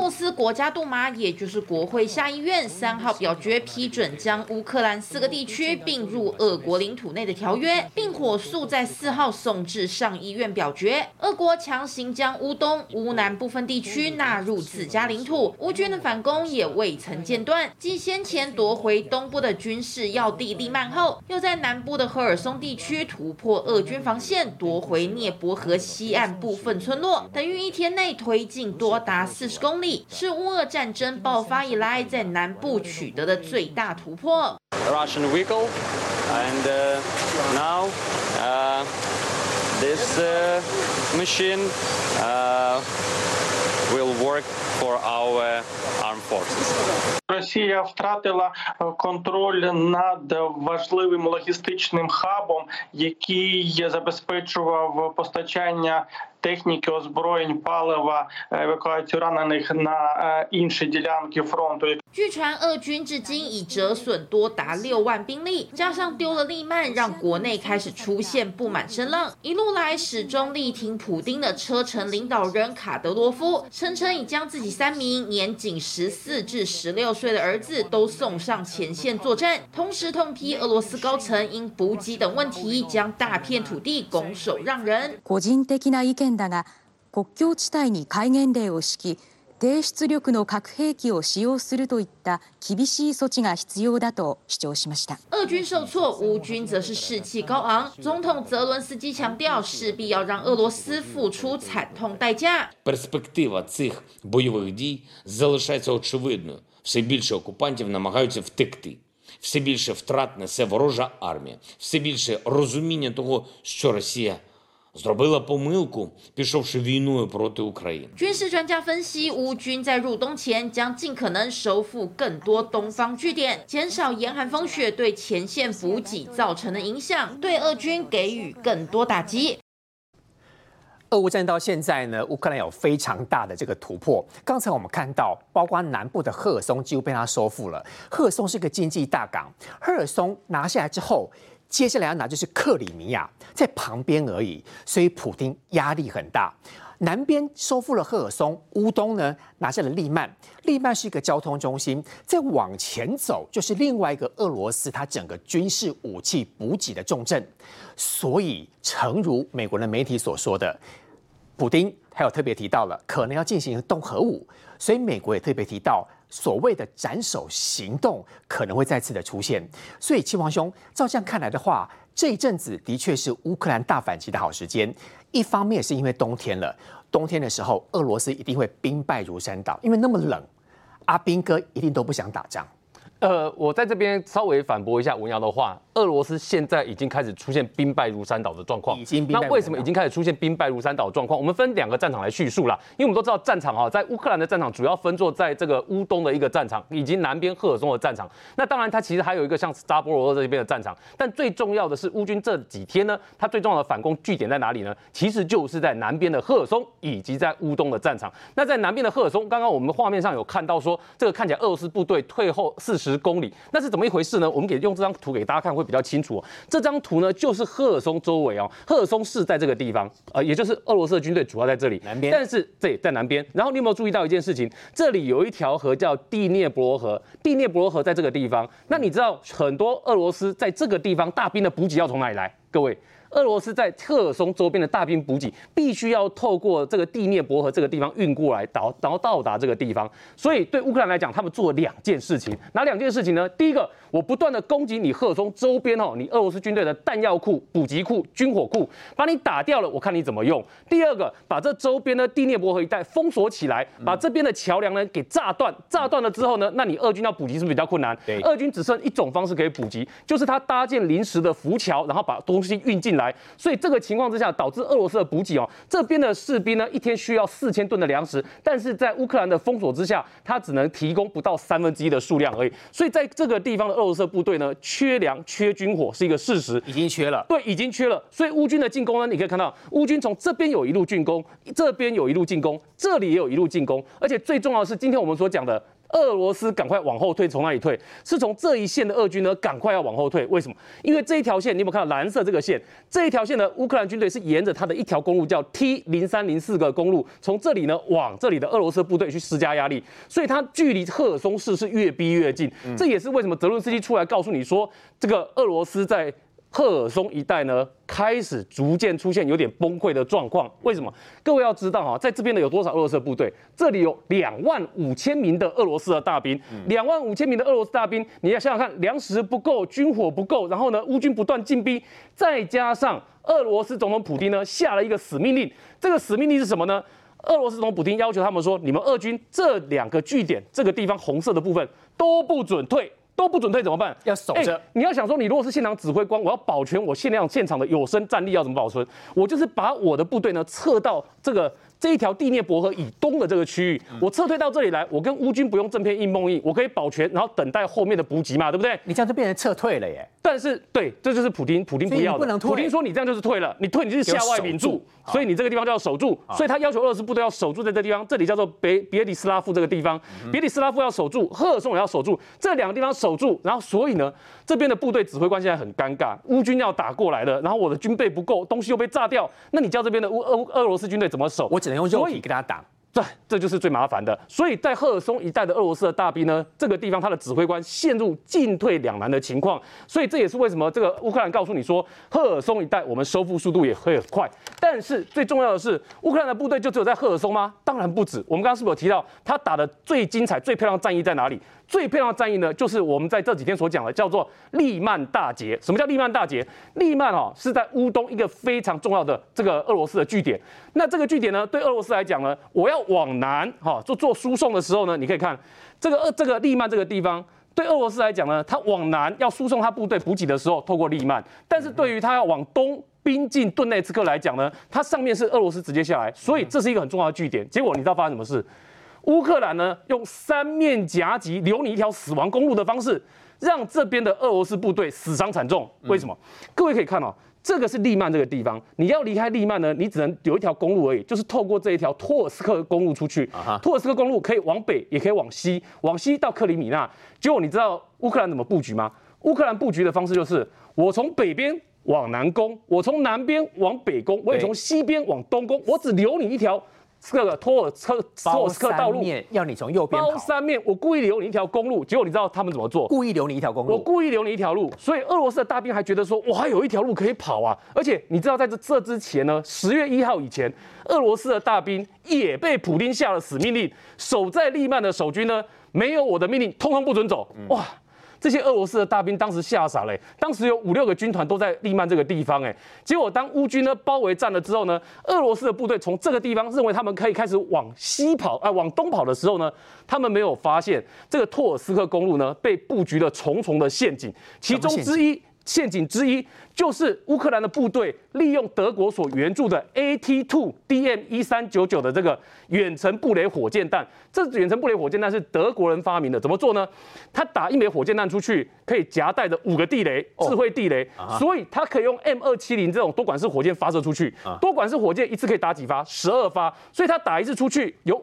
罗斯国家杜马，也就是国会下议院，3号表决批准将乌克兰4个地区并入俄国领土内的条约，并火速在4号送至上议院表决。俄国强行将乌东、乌南部分地区纳入自家领土，乌军的反攻也未曾间断。继先前夺回东部的军事要地利曼后，又在南部的赫尔松地区突破俄军防线，夺回涅伯河西岸部分村落，等于1天内推进多达40公里，是乌俄战争爆发以来在南部取得的最大突破。 Russian vehicle, and now this machine will work for our armed forces. Росія втратила контроль над важливим логістичним хабом, який забезпечував постачання техніки, озброєнь, палива, евакуацію ранених на інші ділянки фронту. 据传，俄军至今已折损多达6万兵力，加上丢了利曼，让国内开始出现不满声浪。一路来始终力挺普丁的车臣领导人卡德罗夫，声称已将自己3名年仅14至16岁的儿子都送上前线作战，同时痛批俄罗斯高层因补给等问题将大片土地拱手让人。 個人的な意見だが、国境地帯に戒厳令を敷き、低出力の核兵器を使用するといった厳しい措置が必要だと主張しました。 俄军受挫，乌军则是士气高昂。总统泽伦斯基强调，势必要让俄罗斯付出惨痛代价。 Перспектива цих бойових дій залишається очевидною. Все більше окупантів намагаються втекти. Все більше втрат несе ворожа армія. Все більше розуміння того, що Росія зробила помилку, пішовши війною проти України. 军事专家分析，乌军在入冬前将尽可能收复更多东方据点，减少严寒风雪对前线补给造成的影响，对俄军给予更多打击。 俄乌战到现在呢，乌克兰有非常大的这个突破。刚才我们看到，包括南部的赫尔松几乎被他收复了。赫尔松是个经济大港，赫尔松拿下来之后，接下来要拿就是克里米亚，在旁边而已，所以普丁压力很大。南边收复了赫尔松，乌东呢拿下了利曼。利曼是一个交通中心，再往前走就是另外一个俄罗斯它整个军事武器补给的重镇。所以，诚如美国的媒体所说的，普丁还有特别提到了可能要进行动核武，所以美国也特别提到所谓的斩首行动可能会再次的出现。所以，七王兄，照这样看来的话，这一阵子的确是乌克兰大反击的好时间。一方面是因为冬天了，冬天的时候俄罗斯一定会兵败如山倒，因为那么冷，阿兵哥一定都不想打仗。 我在这边稍微反驳一下文瑶的话，俄罗斯现在已经开始出现兵败如山倒的状况。那为什么已经开始出现兵败如山倒的状况？我们分2个战场来叙述啦，因为我们都知道战场在乌克兰的战场主要分作在这个乌东的一个战场，以及南边赫尔松的战场。那当然，它其实还有一个像扎波罗热这边的战场，但最重要的是乌军这几天呢，它最重要的反攻据点在哪里呢？其实就是在南边的赫尔松以及在乌东的战场。那在南边的赫尔松，刚刚我们画面上有看到说，这个看起来俄罗斯部队退后40公里，那是怎么一回事呢？我们给用这张图给大家看会比较清楚。这张图呢，就是赫尔松周围赫尔松市在这个地方，也就是俄罗斯的军队主要在这里南边， 但是对，在南边。然后你有没有注意到一件事情？这里有一条河叫第聂伯罗河，第聂伯罗河在这个地方。那你知道很多俄罗斯在这个地方大兵的补给要从哪里来？各位，俄罗斯在赫尔松周边的大兵补给必须要透过这个第聂伯河这个地方运过来，然后到达这个地方。所以对乌克兰来讲，他们做了2件事情。哪2件事情呢？第一个，我不断的攻击你赫尔松周边你俄罗斯军队的弹药库、补给库、军火库，把你打掉了，我看你怎么用。第二个，把这周边的第聂伯河一带封锁起来，把这边的桥梁呢给炸断。炸断了之后呢，那你俄军要补给是不是比较困难？俄军只剩一种方式可以补给，就是他搭建临时的浮桥，然后把东西运进来。所以这个情况之下，导致俄罗斯的补给这边的士兵呢一天需要4000吨的粮食，但是在乌克兰的封锁之下，他只能提供不到1/3的数量而已。所以在这个地方的俄罗斯部队呢，缺粮、缺军火是一个事实， 已经缺了。 对，已经缺了。所以乌军的进攻呢，你可以看到，乌军从这边有一路进攻，这边有一路进攻，这里也有一路进攻，而且最重要的是，今天我们所讲的俄罗斯赶快往后退，从哪里退？是从这一线的俄军呢，赶快要往后退。为什么？因为这一条线，你有没有看到蓝色这个线？这一条线呢，乌克兰军队是沿着它的一条公路，叫 T0304个公路，从这里呢往这里的俄罗斯部队去施加压力，所以它距离赫尔松市是越逼越近。这也是为什么泽伦斯基出来告诉你说，这个俄罗斯在赫尔松一带呢，开始逐渐出现有点崩溃的状况。为什么？各位要知道哈，在这边呢有多少俄罗斯的部队？这里有25000名的俄罗斯的大兵，25000名的俄罗斯大兵，你要想想看，粮食不够，军火不够，然后呢，乌军不断进逼，再加上俄罗斯总统普丁呢下了一个死命令，这个死命令是什么呢？俄罗斯总统普丁要求他们说，你们俄军这2个据点，这个地方红色的部分都不准退。都不准退怎么办？ 要守着。 你要想说，你如果是现场指挥官，我要保全我现场的有生战力，要怎么保存？我就是把我的部队呢撤到这一条第聂伯河以东的这个区域，我撤退到这里来，我跟乌军不用正片硬碰硬，我可以保全，然后等待后面的补给嘛，对不对？ 你这样就变成撤退了耶。 但是对，这就是普丁不要的。普丁说你这样就是退了，你退你就是下外秉驻，所以你这个地方就要守住。所以他要求俄罗斯部队要守住在这地方，这里叫做别里斯拉夫这个地方，别里斯拉夫要守住，赫尔松也要守住，这2个地方守住。然后所以呢，这边的部队指挥官现在很尴尬，乌军要打过来了，然后我的军备不够，东西又被炸掉，那你叫这边的俄罗斯军队怎么守？ 我只能用肉体跟他打。 对，这就是最麻烦的。所以在赫尔松一带的俄罗斯的大兵呢，这个地方他的指挥官陷入进退两难的情况。所以这也是为什么这个乌克兰告诉你说，赫尔松一带我们收复速度也会很快。但是最重要的是，乌克兰的部队就只有在赫尔松吗？当然不止。我们刚刚是不是有提到他打的最精彩、最漂亮的战役在哪里？最漂亮的战役呢，就是我们在这几天所讲的，叫做利曼大捷。什么叫利曼大捷？利曼是在乌东一个非常重要的这个俄罗斯的据点。那这个据点呢，对俄罗斯来讲呢，我要往南做输送的时候呢，你可以看这个利曼这个地方。对俄罗斯来讲呢，他往南要输送他部队补给的时候，透过利曼；但是对于他要往东逼近顿内茨克来讲呢，它上面是俄罗斯直接下来，所以这是一个很重要的据点。结果你知道发生什么事？乌克兰呢，用3面夹击，留你一条死亡公路的方式，让这边的俄罗斯部队死伤惨重。为什么？各位可以看这个是利曼这个地方，你要离开利曼呢，你只能有一条公路而已，就是透过这一条托尔斯克公路出去。托尔斯克公路可以往北，也可以往西，往西到克里米纳。结果你知道乌克兰怎么布局吗？乌克兰布局的方式就是，我从北边往南攻，我从南边往北攻，我也从西边往东攻，我只留你一条。这个托尔斯克道路要你从右边跑， 包3面，我故意留你一条公路，结果你知道他们怎么做？ 故意留你一条公路， 我故意留你一条路，所以俄罗斯的大兵还觉得说，我还有一条路可以跑啊！而且你知道，在这之前呢，10月1号以前，俄罗斯的大兵也被普丁下了死命令，守在利曼的守军呢，没有我的命令，通通不准走。哇！这些俄罗斯的大兵当时吓傻了，当时有5、6个军团都在利曼这个地方，结果当乌军呢包围战了之后呢，俄罗斯的部队从这个地方认为他们可以开始往西跑，往东跑的时候呢，他们没有发现这个托尔斯克公路呢被布局了重重的陷阱，其中陷阱之一就是乌克兰的部队利用德国所援助的 AT2 DM1399的这个远程布雷火箭弹。这远程布雷火箭弹是德国人发明的，怎么做呢？他打1枚火箭弹出去，可以夹带着5个地雷，智慧地雷，所以他可以用 M270这种多管式火箭发射出去。多管式火箭一次可以打几发？12发，所以他打一次出去有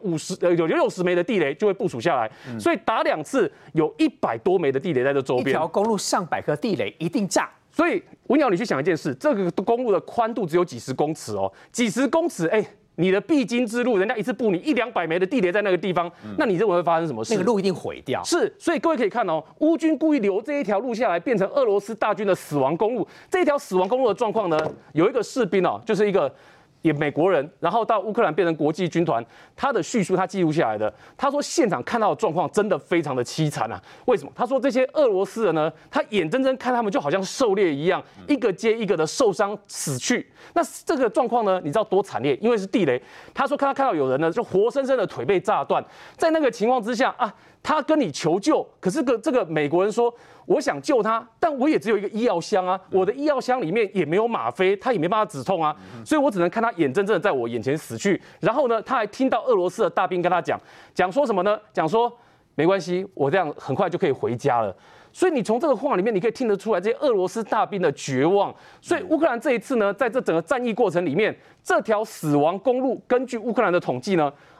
60枚的地雷就会部署下来，所以打2次有100多枚的地雷在这周边。 一条公路上百颗地雷一定炸。 所以文瑶，你去想一件事，这个公路的宽度只有几十公尺几十公尺，你的必经之路，人家一次布你100-200枚的地雷在那个地方，那你认为会发生什么事？ 那个路一定毁掉。 是，所以各位可以看乌军故意留这一条路下来，变成俄罗斯大军的死亡公路。这一条死亡公路的状况呢，有一个士兵就是一个美国人，然后到乌克兰变成国际军团，他的叙述他记录下来的。他说现场看到的状况真的非常的凄惨啊！为什么？他说这些俄罗斯人呢，他眼睁睁看他们就好像狩猎一样，一个接一个的受伤死去。那这个状况呢，你知道多惨烈？因为是地雷。他说他看到有人呢，就活生生的腿被炸断。在那个情况之下他跟你求救，可是这个美国人说，我想救他，但我也只有一个医药箱啊，我的医药箱里面也没有吗啡，他也没办法止痛啊，所以我只能看他眼睁睁的在我眼前死去。然后呢，他还听到俄罗斯的大兵跟他讲说什么呢？讲说没关系，我这样很快就可以回家了。所以你从这个话里面，你可以听得出来这些俄罗斯大兵的绝望。所以乌克兰这一次呢，在这整个战役过程里面，这条死亡公路，根据乌克兰的统计呢，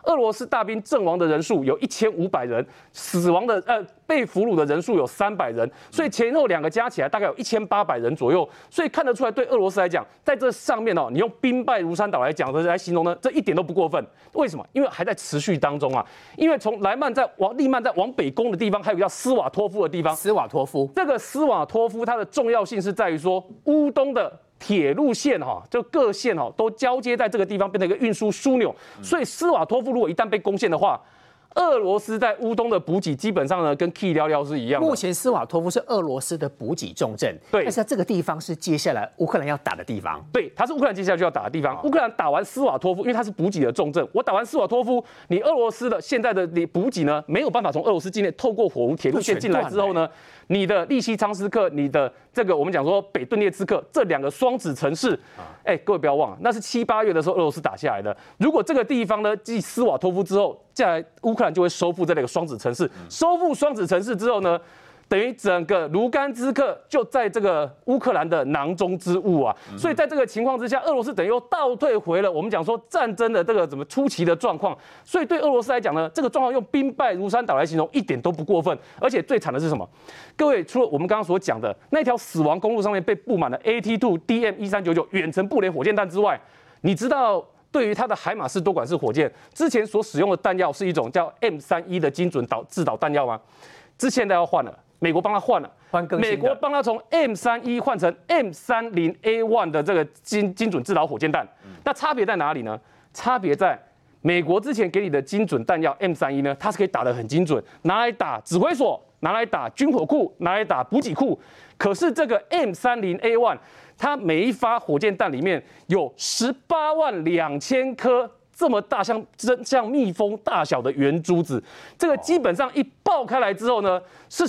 俄罗斯大兵阵亡的人数有1500人，死亡的被俘虏的人数有300人，所以前后2个加起来大概有1800人左右。所以看得出来，对俄罗斯来讲，在这上面你用兵败如山倒来讲来形容呢，这一点都不过分。为什么？因为还在持续当中啊。因为从利曼在往北攻的地方，还有个叫斯瓦托夫的地方。 斯瓦托夫， 这个斯瓦托夫它的重要性是在于说，乌东的铁路线就各线都交接在这个地方，变成一个运输枢纽。所以斯瓦托夫如果一旦被攻陷的话，俄罗斯在乌东的补给基本上呢，跟 Key 寥寥是一样的。 目前斯瓦托夫是俄罗斯的补给重镇， 对， 但是这个地方是接下来乌克兰要打的地方。 对，它是乌克兰接下来就要打的地方。乌克兰打完斯瓦托夫，因为它是补给的重镇，我打完斯瓦托夫，你俄罗斯的现在的补给呢，没有办法从俄罗斯境内透过火铁路线进来之后呢，你的利西昌斯克，你的这个我们讲说北顿涅茨克这2个双子城市，各位不要忘了，那是7、8月的时候俄罗斯打下来的。如果这个地方呢继斯瓦托夫之后，接下来乌克兰就会收复这2个双子城市。收复双子城市之后呢，等于整个卢甘斯克就在这个乌克兰的囊中之物啊。所以在这个情况之下，俄罗斯等于又倒退回了我们讲说战争的这个怎么初期的状况。所以对俄罗斯来讲呢，这个状况用兵败如山倒来形容一点都不过分。而且最惨的是什么？各位，除了我们刚刚所讲的那条死亡公路上面被布满了 AT2DM1399远程布雷火箭弹之外，你知道对于它的海马式多管式火箭之前所使用的弹药是一种叫 M31的精准制导弹药吗？现在要换了。美国帮他换了，美国帮他从 M31换成 M30A1 的这个精准制导火箭弹。那差别在哪里呢？差别在美国之前给你的精准弹药 M31呢，它是可以打得很精准，拿来打指挥所，拿来打军火库，拿来打补给库。可是这个 M30A1， 它每一发火箭弹里面有182000颗。这么大像蜜蜂大小的圆珠子，这个基本上一爆开来之后呢，是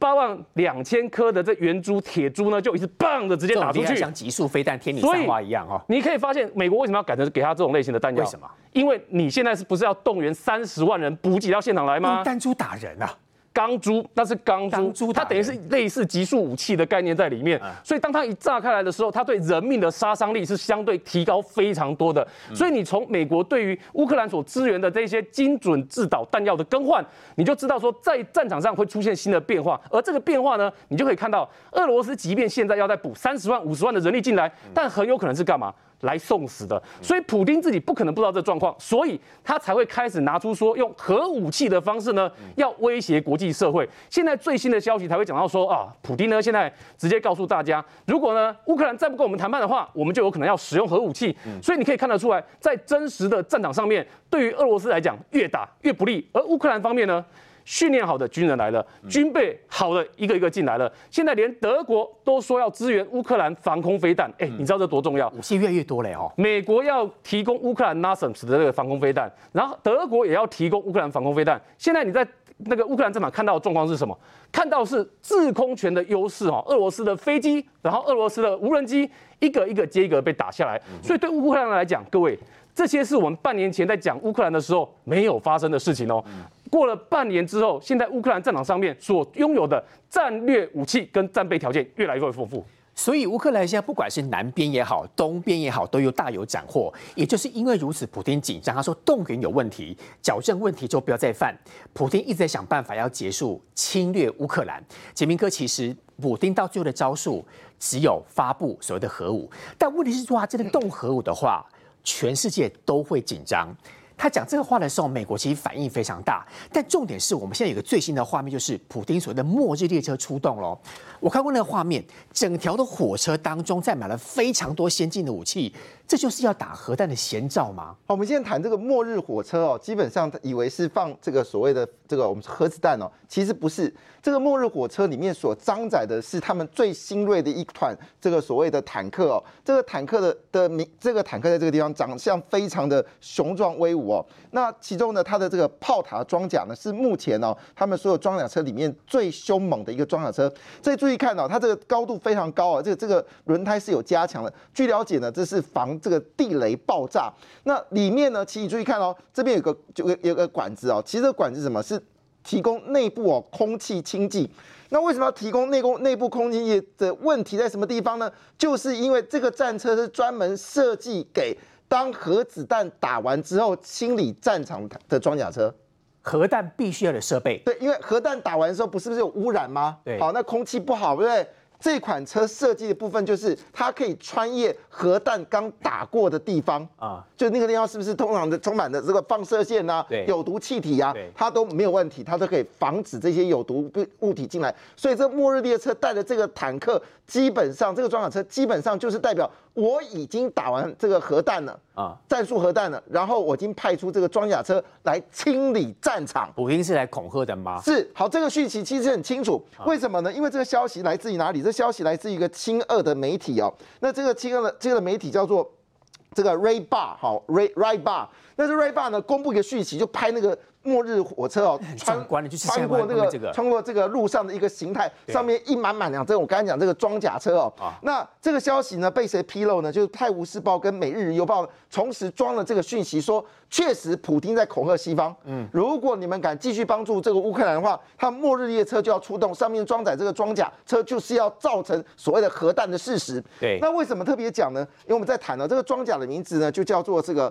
182000颗的这圆珠铁珠呢，就一直棒的直接打出去， 像极速飞弹天女散花一样你可以发现美国为什么要改成给他这种类型的弹药？ 为什么？ 因为你现在不是要动员30万人补给到现场来吗？ 用弹珠打人啊！ 钢珠，那是钢珠，它等于是类似极速武器的概念在里面，所以当它一炸开来的时候，它对人命的杀伤力是相对提高非常多的。所以你从美国对于乌克兰所支援的这些精准制导弹药的更换，你就知道说在战场上会出现新的变化。而这个变化呢，你就可以看到俄罗斯即便现在要再补30万、50万的人力进来，但很有可能是干嘛？来送死的，所以普丁自己不可能不知道这状况，所以他才会开始拿出说用核武器的方式呢，要威胁国际社会。现在最新的消息才会讲到说普丁呢现在直接告诉大家，如果呢乌克兰再不跟我们谈判的话，我们就有可能要使用核武器。所以你可以看得出来，在真实的战场上面，对于俄罗斯来讲越打越不利，而乌克兰方面呢？训练好的军人来了，军备好的一个一个进来了。现在连德国都说要支援乌克兰防空飞弹，你知道这多重要？ 武器越来越多了哦。 美国要提供乌克兰 NASAMS 的这个防空飞弹，然后德国也要提供乌克兰防空飞弹。现在你在那个乌克兰战场看到的状况是什么？看到是制空权的优势俄罗斯的飞机，然后俄罗斯的无人机一个一个接一个被打下来。所以对乌克兰来讲，各位。这些是我们半年前在讲乌克兰的时候没有发生的事情过了半年之后，现在乌克兰战场上面所拥有的战略武器跟战备条件越来越丰富。 所以乌克兰现在不管是南边也好，东边也好，都有大有斩获。也就是因为如此，普丁紧张，他说动员有问题，矫正问题就不要再犯。普丁一直在想办法要结束侵略乌克兰。杰明哥，其实普丁到最后的招数只有发布所谓的核武，但问题是说他真的动核武的话，全世界都会紧张。他讲这个话的时候，美国其实反应非常大。但重点是我们现在有个最新的画面，就是普丁所谓的末日列车出动了。我看过那个画面，整条的火车当中载满了非常多先进的武器，这就是要打核弹的先兆吗？ 好，我们现在谈这个末日火车基本上以为是放这个所谓的这个我们核子弹其实不是。这个末日火车里面所装载的是他们最新锐的一款这个所谓的坦克这个坦克这个坦克在这个地方长相非常的雄壮威武那其中呢，它的这个炮塔装甲呢是目前他们所有装甲车里面最凶猛的一个装甲车。这里注意看它这个高度非常高这个轮胎是有加强的。据了解呢，这是防这个地雷爆炸。那里面呢，请你注意看这边有个管子其实这个管子是什么？是提供内部空气清净。那为什么要提供内部空气的问题在什么地方呢？就是因为这个战车是专门设计给当核子弹打完之后清理战场的装甲车。 核弹必须要的设备， 对，因为核弹打完的时候不是有污染吗？ 对， 好，那空气不好，对不对？这款车设计的部分就是它可以穿越核弹刚打过的地方啊，就那个地方是不是通常的充满了这个放射线啊、有毒气体啊，它都没有问题，它都可以防止这些有毒物体进来。所以这末日列车带的这个坦克，基本上这个装甲车基本上就是代表我已经打完这个核弹了啊，战术核弹了，然后我已经派出这个装甲车来清理战场。 普丁是来恐吓的吗？ 是，好，这个讯息其实很清楚，为什么呢？因为这个消息来自于哪里？这消息来自于一个亲俄的媒体哦。那这个亲俄的这个媒体叫做这个 Ray Bar， 好 Ray Bar。那这 Ray Bar 呢，公布一个讯息，就拍那个末日火车哦，穿过这个路上的一个形态，上面一满满两这我刚才讲这个装甲车哦。那这个消息呢被谁披露呢？就是《泰晤士报》跟《每日邮报》同时装了这个讯息，说确实普丁在恐吓西方，如果你们敢继续帮助这个乌克兰的话，他末日列车就要出动，上面装载这个装甲车就是要造成所谓的核弹的事实。 对， 那为什么特别讲呢？因为我们在谈呢，这个装甲的名字呢就叫做这个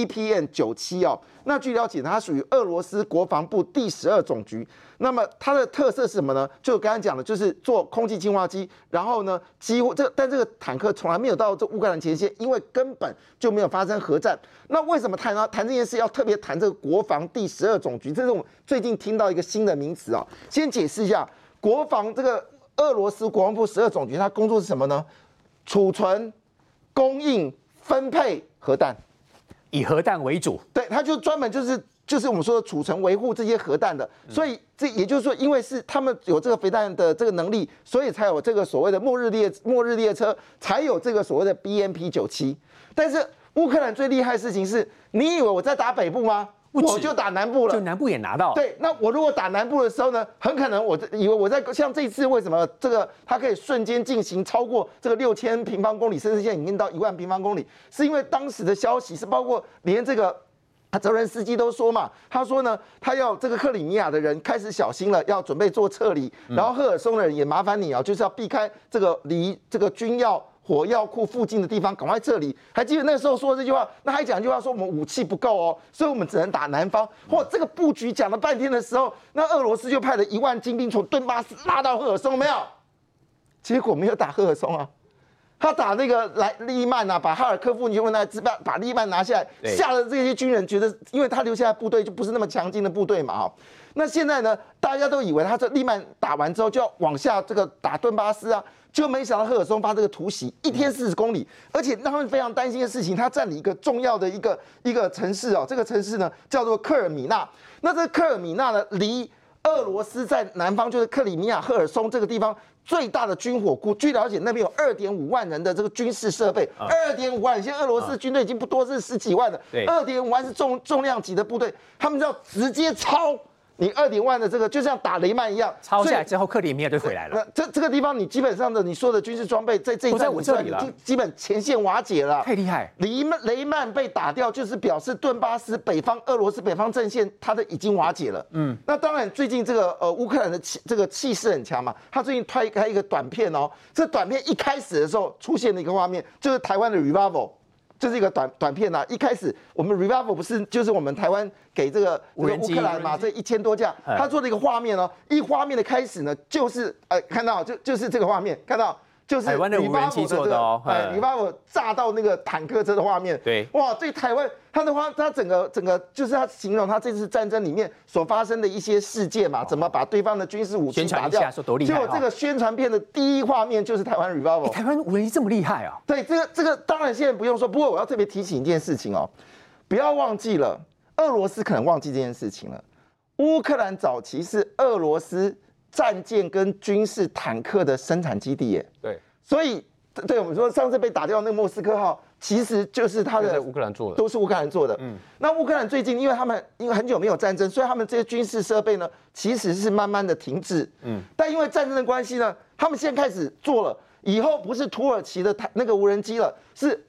BPM-97哦。那据了解，它属于俄罗斯国防部第12总局。那么它的特色是什么呢？就刚才讲的，就是做空气净化机，然后呢，几乎但这个坦克从来没有到这乌克兰前线，因为根本就没有发生核战。那为什么谈这件事要特别谈这个国防第12总局？这是我们最近听到一个新的名词啊。先解释一下，国防这个俄罗斯国防部12总局，它工作是什么呢？储存、供应、分配核弹。 以核弹为主， 对，他就专门就是我们说的储存维护这些核弹的，所以这也就是说，因为是他们有这个飞弹的这个能力，所以才有这个所谓的末日列车，才有这个所谓的 BMP-97。但是乌克兰最厉害的事情是，你以为我在打北部吗？我就打南部了， 就南部也拿到。 对，那我如果打南部的时候呢，很可能我以为我在像这一次为什么这个它可以瞬间进行超过这个6000平方公里，甚至现在已经到1万平方公里，是因为当时的消息是包括连这个泽连斯基都说嘛，他说呢，他要这个克里米亚的人开始小心了，要准备做撤离，然后赫尔松的人也麻烦你啊，就是要避开这个离这个军药火药库附近的地方，赶快撤离。还记得那时候说这句话，那还讲一句话说我们武器不够哦，所以我们只能打南方。或这个布局讲了半天的时候，那俄罗斯就派了1万精兵从顿巴斯拉到赫尔松，没有？结果没有打赫尔松啊，他打那个利曼啊，把哈尔科夫你就问他把利曼拿下来，吓得这些军人觉得，因为他留下来部队就不是那么强劲的部队嘛，哈。那现在呢，大家都以为他这利曼打完之后就要往下这个打顿巴斯啊。就没想到赫尔松发这个突袭，1天40公里，而且让他们非常担心的事情，他占领一个重要的一个城市哦，这个城市呢叫做科尔米纳。那这科尔米纳呢，离俄罗斯在南方就是克里米亚赫尔松这个地方最大的军火库。据了解，那边有2.5万人的这个军事设备，2.5万，现在俄罗斯军队已经不多，是10几万的，2.5万是重量级的部队，他们要直接抄。你2.5万的这个就像打雷曼一样， 抄下来之后，克里米亚就回来了。 这个地方，你基本上的你说的军事装备在这一战这里了， 基本前线瓦解了， 太厉害。 雷曼被打掉，就是表示顿巴斯俄罗斯北方阵线它的已经瓦解了。那当然最近这个乌克兰的这个气势很强嘛，他最近拍一个短片哦，这短片一开始的时候出现了一个画面，就是台湾的 Revival。就是一个短片啊，一开始我们 Revival 不是就是我们台湾给这个乌克兰嘛，这1000多架，他做了一个画面哦，画面的开始呢，就是看到就是这个画面，看到就是台湾的无人机做的哦 ，Revival 炸到那个坦克车的画面， 对， 哇，对台湾他整个就是他形容他这次战争里面所发生的一些事件嘛，怎么把对方的军事武器打掉， 说多厉害。 结果这个宣传片的第一画面就是台湾 Revival， 台湾无人机这么厉害啊？ 对，这个当然现在不用说，不过我要特别提醒一件事情哦，不要忘记了，俄罗斯可能忘记这件事情了。乌克兰早期是俄罗斯战舰跟军事坦克的生产基地耶， 对， 所以对我们说上次被打掉那个莫斯科号。其实就是他的乌克兰做的， 都是乌克兰做的。那乌克兰最近因为很久没有战争，所以他们这些军事设备呢，其实是慢慢的停滞。但因为战争的关系呢，他们现在开始做了，以后不是土耳其的那个无人机了，是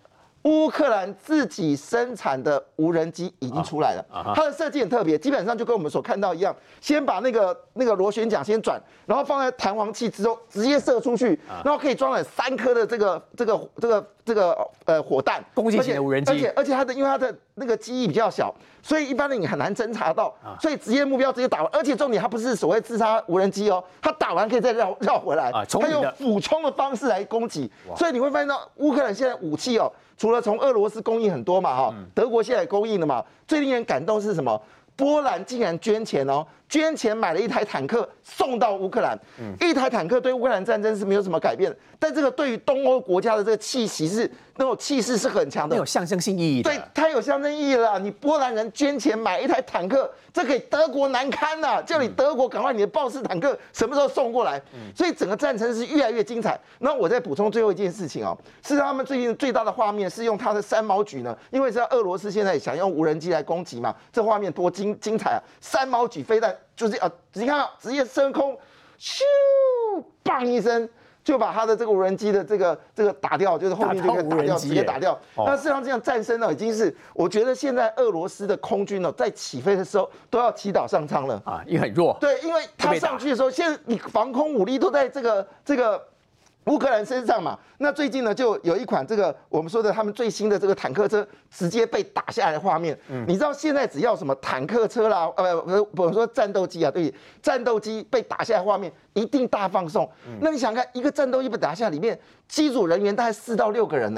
乌克兰自己生产的无人机已经出来了，它的设计很特别，基本上就跟我们所看到一样，先把那个螺旋桨先转，然后放在弹簧器之后直接射出去，然后可以装了3颗的这个火弹， 攻击型的无人机， 而且因为它的那个机翼比较小，所以一般人你很难侦察到，所以直接目标直接打完，而且重点它不是所谓自杀无人机哦，它打完可以再绕回来，它用俯冲的方式来攻击，所以你会发现到乌克兰现在武器哦。除了从俄罗斯供应很多嘛，德国现在也供应了嘛。最令人感动是什么？波兰竟然捐钱哦，捐钱买了一台坦克送到乌克兰。一台坦克对乌克兰战争是没有什么改变的，但这个对于东欧国家的这个气息是那种气势是很强的， 有象征性意义的。 对，它有象征意义了。你波兰人捐钱买一台坦克，这给德国难堪呐！叫你德国赶快你的豹式坦克什么时候送过来？所以整个战争是越来越精彩。那我再补充最后一件事情哦，是他们最近最大的画面是用他的3毛举呢，因为知道俄罗斯现在也想用无人机来攻击嘛，这画面多精彩啊！3毛举飞弹就是你看到直接升空，咻，砰一声。就把他的这个无人机的这个打掉，就是后面就可以打掉，直接打掉。那事实上这样战争呢，已经是我觉得现在俄罗斯的空军呢，在起飞的时候都要祈祷上苍了啊，因为很弱。 对，因为他上去的时候，现在你防空武力都在这个乌克兰身上嘛。那最近呢，就有一款我们说的他们最新的这个坦克车直接被打下来的画面。你知道现在只要什么坦克车啦，我说战斗机啊，对，战斗机被打下来的画面一定大放送。那你想看一个战斗机被打下，里面机组人员大概4到6个人呢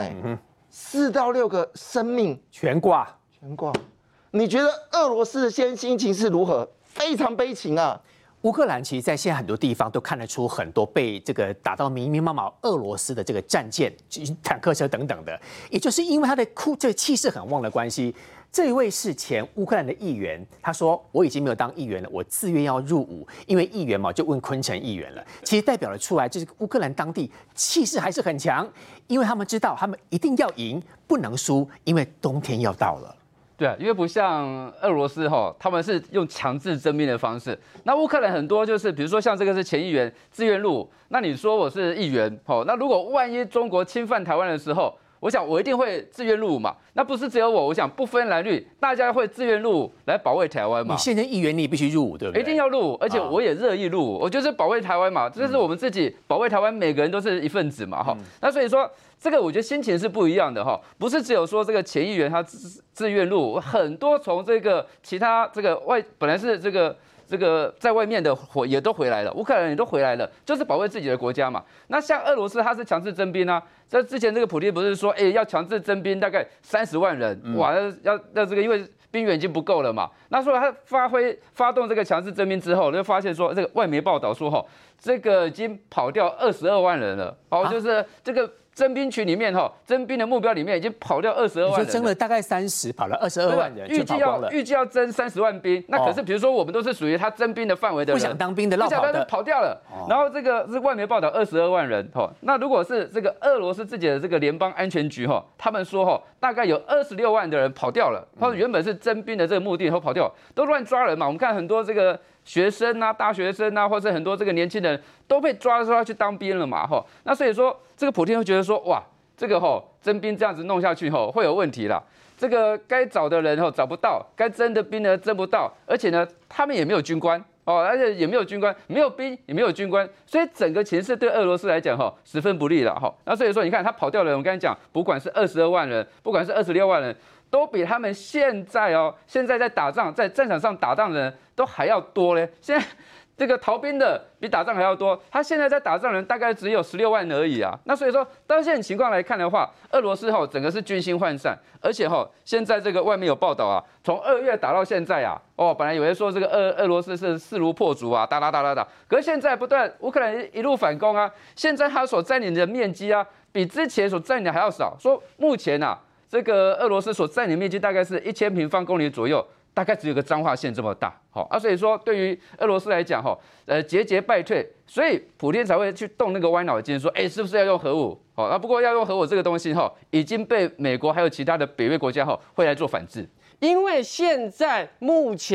，4到6个生命全挂。 你觉得俄罗斯的现在心情是如何？非常悲情啊。 乌克兰其实在现在很多地方都看得出很多被这个打到密密麻麻俄罗斯的这个战舰、坦克车等等的，也就是因为他的这个气势很旺的关系。这一位是前乌克兰的议员，他说我已经没有当议员了，我自愿要入伍，因为议员嘛就问昆城议员了，其实代表了出来就是乌克兰当地气势还是很强，因为他们知道他们一定要赢，不能输，因为冬天要到了。 对啊，因为不像俄罗斯他们是用强制征兵的方式。那乌克兰很多就是，比如说像这个是前议员自愿入伍，那你说我是议员，那如果万一中国侵犯台湾的时候，我想我一定会自愿入伍嘛。那不是只有我想不分蓝绿，大家会自愿入伍来保卫台湾嘛。 你现任议员，你也必须入伍，对不对？ 一定要入伍，而且我也乐意入伍，我就是保卫台湾嘛，这是我们自己保卫台湾，每个人都是一份子嘛，那所以说。这个我觉得心情是不一样的不是只有说这个前议员他自愿入伍，很多从这个其他这个本来是这个在外面的也都回来了，乌克兰人也都回来了，就是保卫自己的国家嘛。那像俄罗斯他是强制征兵啊，在之前这个普丁不是说要强制征兵大概30万人，哇，要这个因为兵源已经不够了嘛。那所以他发动这个强制征兵之后，就发现说这个外媒报道说这个已经跑掉22万人了，就是这个。征兵群里面征兵的目标里面已经跑掉22万人， 你说征了大概30，跑了22万人， 预计要征30万兵。那可是比如说我们都是属于他征兵的范围的人， 不想当兵的、落跑的， 跑掉了。然后这个是外媒报道22万人那如果是这个俄罗斯自己的这个联邦安全局他们说大概有26万的人跑掉了，他原本是征兵的这个目的跑掉，都乱抓人嘛。我们看很多这个。学生啊，大学生啊，或者很多这个年轻人都被抓的时候要去当兵了嘛，那所以说这个普丁会觉得说，哇，这个征兵这样子弄下去会有问题啦。这个该找的人找不到，该征的兵呢征不到，而且呢他们也没有军官而且也没有军官，没有兵也没有军官，所以整个情势对俄罗斯来讲十分不利了那所以说你看他跑掉了，我刚才讲，不管是22万人，不管是26万人。都比他们现在在打仗，在战场上打仗的人都还要多嘞。现在这个逃兵的比打仗还要多，他现在在打仗的人大概只有16万而已啊。那所以说，到现在情况来看的话，俄罗斯整个是军心涣散，而且现在这个外面有报道啊，从2月打到现在啊，本来有人说这个俄罗斯是势如破竹啊，打，可是现在不但乌克兰一路反攻啊，现在他所占领的面积啊，比之前所占领的还要少。说目前啊。这个俄罗斯所占领面积大概是1000平方公里左右，大概只有个彰化县这么大，所以说对于俄罗斯来讲，节节败退，所以普丁才会去动那个歪脑筋，说，是不是要用核武？不过要用核武这个东西，已经被美国还有其他的北约国家会来做反制， 因为现在目前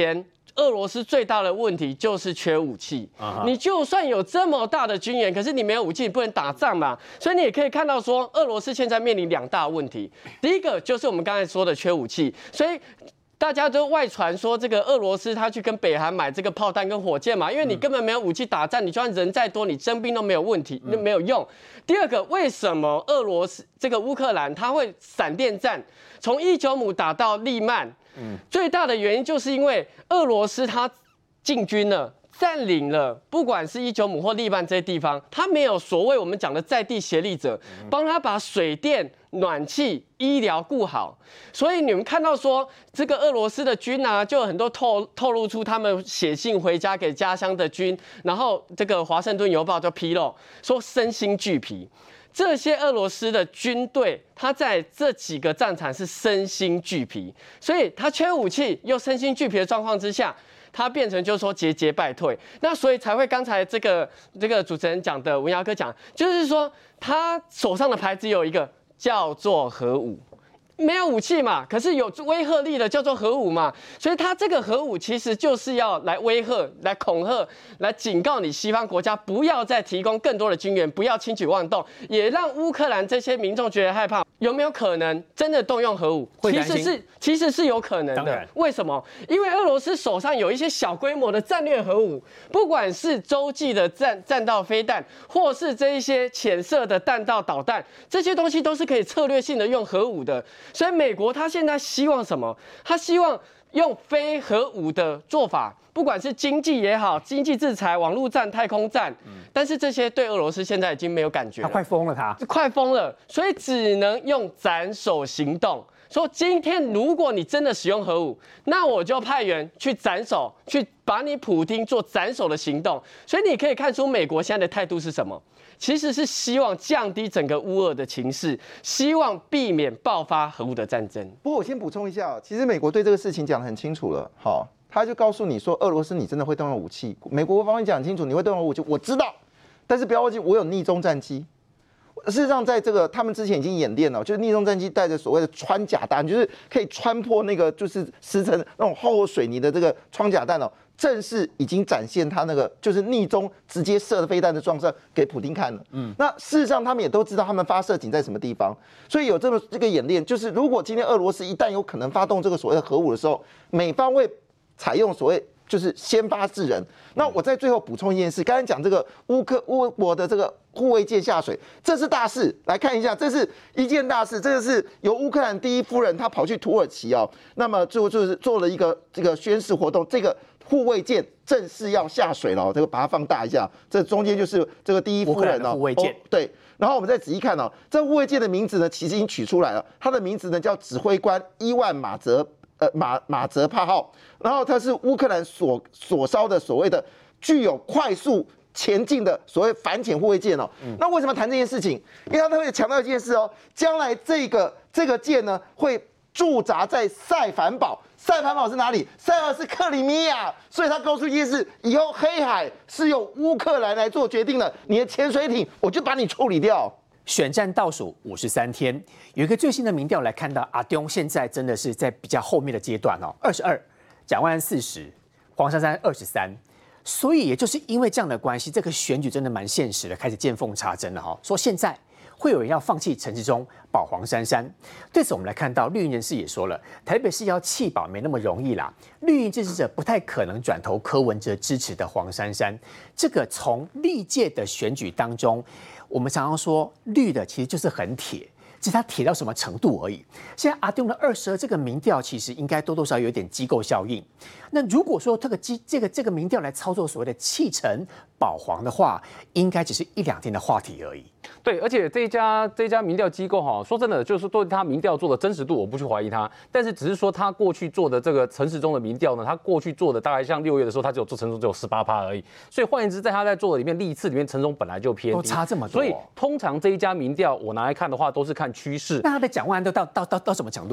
俄罗斯最大的问题就是缺武器。你就算有这么大的军援，可是你没有武器，你不能打仗嘛。所以你也可以看到说，俄罗斯现在面临2大问题。第一个就是我们刚才说的缺武器，所以大家都外传说这个俄罗斯他去跟北韩买这个炮弹跟火箭嘛，因为你根本没有武器打仗，你就算人再多，你征兵都没有问题，没有用。第二个，为什么俄罗斯这个乌克兰它会闪电战，从伊久姆打到利曼？最大的原因就是因为俄罗斯它进军了。占领了，不管是伊久姆或利曼这些地方，他没有所谓我们讲的在地协力者，帮他把水电、暖气、医疗顾好。所以你们看到说，这个俄罗斯的军啊，就有很多透露出他们写信回家给家乡的军，然后这个《华盛顿邮报》就披露说身心俱疲。这些俄罗斯的军队，他在这几个战场是身心俱疲，所以他缺武器又身心俱疲的状况之下。他变成就是说节节败退，那所以才会刚才这个主持人讲的文尧哥讲，就是说他手上的牌只有一个叫做核武，没有武器嘛，可是有威慑力的叫做核武嘛，所以他这个核武其实就是要来威吓、来恐吓、来警告你西方国家不要再提供更多的军援，不要轻举妄动，也让乌克兰这些民众觉得害怕。有没有可能真的动用核武？其实是有可能的。为什么？因为俄罗斯手上有一些小规模的战略核武，不管是洲际的弹道飞弹，或是这一些潜射的弹道导弹，这些东西都是可以策略性的用核武的。所以美国他现在希望什么？他希望用非核武的做法。不管是经济也好，经济制裁、网络战、太空战，但是这些对俄罗斯现在已经没有感觉了， 他快疯了， 所以只能用斩首行动。说今天如果你真的使用核武，那我就派员去斩首，去把你普丁做斩首的行动。所以你可以看出美国现在的态度是什么？其实是希望降低整个乌俄的情势，希望避免爆发核武的战争。 不过我先补充一下，其实美国对这个事情讲得很清楚了，好。他就告诉你说，俄罗斯你真的会动用武器。美国国防部讲清楚，你会动用武器，我知道，但是不要忘记，我有逆中战机。事实上，在这个他们之前已经演练了，就是逆中战机带着所谓的穿甲弹，就是可以穿破那个就是石层那种厚水泥的这个穿甲弹哦，正式已经展现他那个就是逆中直接射的飞弹的状况给普丁看了。那事实上他们也都知道他们发射井在什么地方，所以有这个演练，就是如果今天俄罗斯一旦有可能发动这个所谓的核武的时候，美方会采用所谓就是先发制人。那我在最后补充一件事，刚才讲这个乌国的这个护卫舰下水，这是大事，来看一下，这是一件大事，这个是由乌克兰第一夫人她跑去土耳其哦，那么最后就是做了一个这个宣誓活动，这个护卫舰正式要下水了，这个把它放大一下，这中间就是这个第一夫人哦， 护卫舰对。然后我们再仔细看哦，这护卫舰的名字呢，其实已经取出来了，它的名字呢叫指挥官伊万马泽帕号，然后它是乌克兰所烧的所谓的具有快速前进的所谓反潜护卫舰哦。那为什么谈这件事情？因为他特别强调一件事哦，将来这个舰呢会驻扎在塞凡堡。塞凡堡是哪里？塞凡堡是克里米亚，所以他告诉一件事：以后黑海是由乌克兰来做决定的，你的潜水艇我就把你处理掉。 选战倒数53天，有一个最新的民调来看到，阿中现在真的是在比较后面的阶段哦，22，蒋万安40，黄珊珊23，所以也就是因为这样的关系，这个选举真的蛮现实的，开始见缝插针了哈。说现在会有人要放弃陈时中保黄珊珊，对此我们来看到绿营人士也说了，台北市要弃保没那么容易啦，绿营支持者不太可能转投柯文哲支持的黄珊珊。这个从历届的选举当中，我们常常说绿的其实就是很铁，只是它铁到什么程度而已。现在阿中的22这个民调，其实应该多多少少有一点机构效应。那如果说这个民调来操作所谓的弃陈保黄的话，应该只是1-2天的话题而已。 对，而且这一家民调机构哈，说真的，就是对他民调做的真实度，我不去怀疑他，但是只是说他过去做的这个陈时中的民调呢，他过去做的大概像6月的时候，他只有做陈时中只有18%而已。所以换言之，在他在做的里面历次里面，陈时中本来就偏低， 都差这么多。 所以通常这一家民调我拿来看的话，都是看趋势。 那他的蒋万安都到什么程度？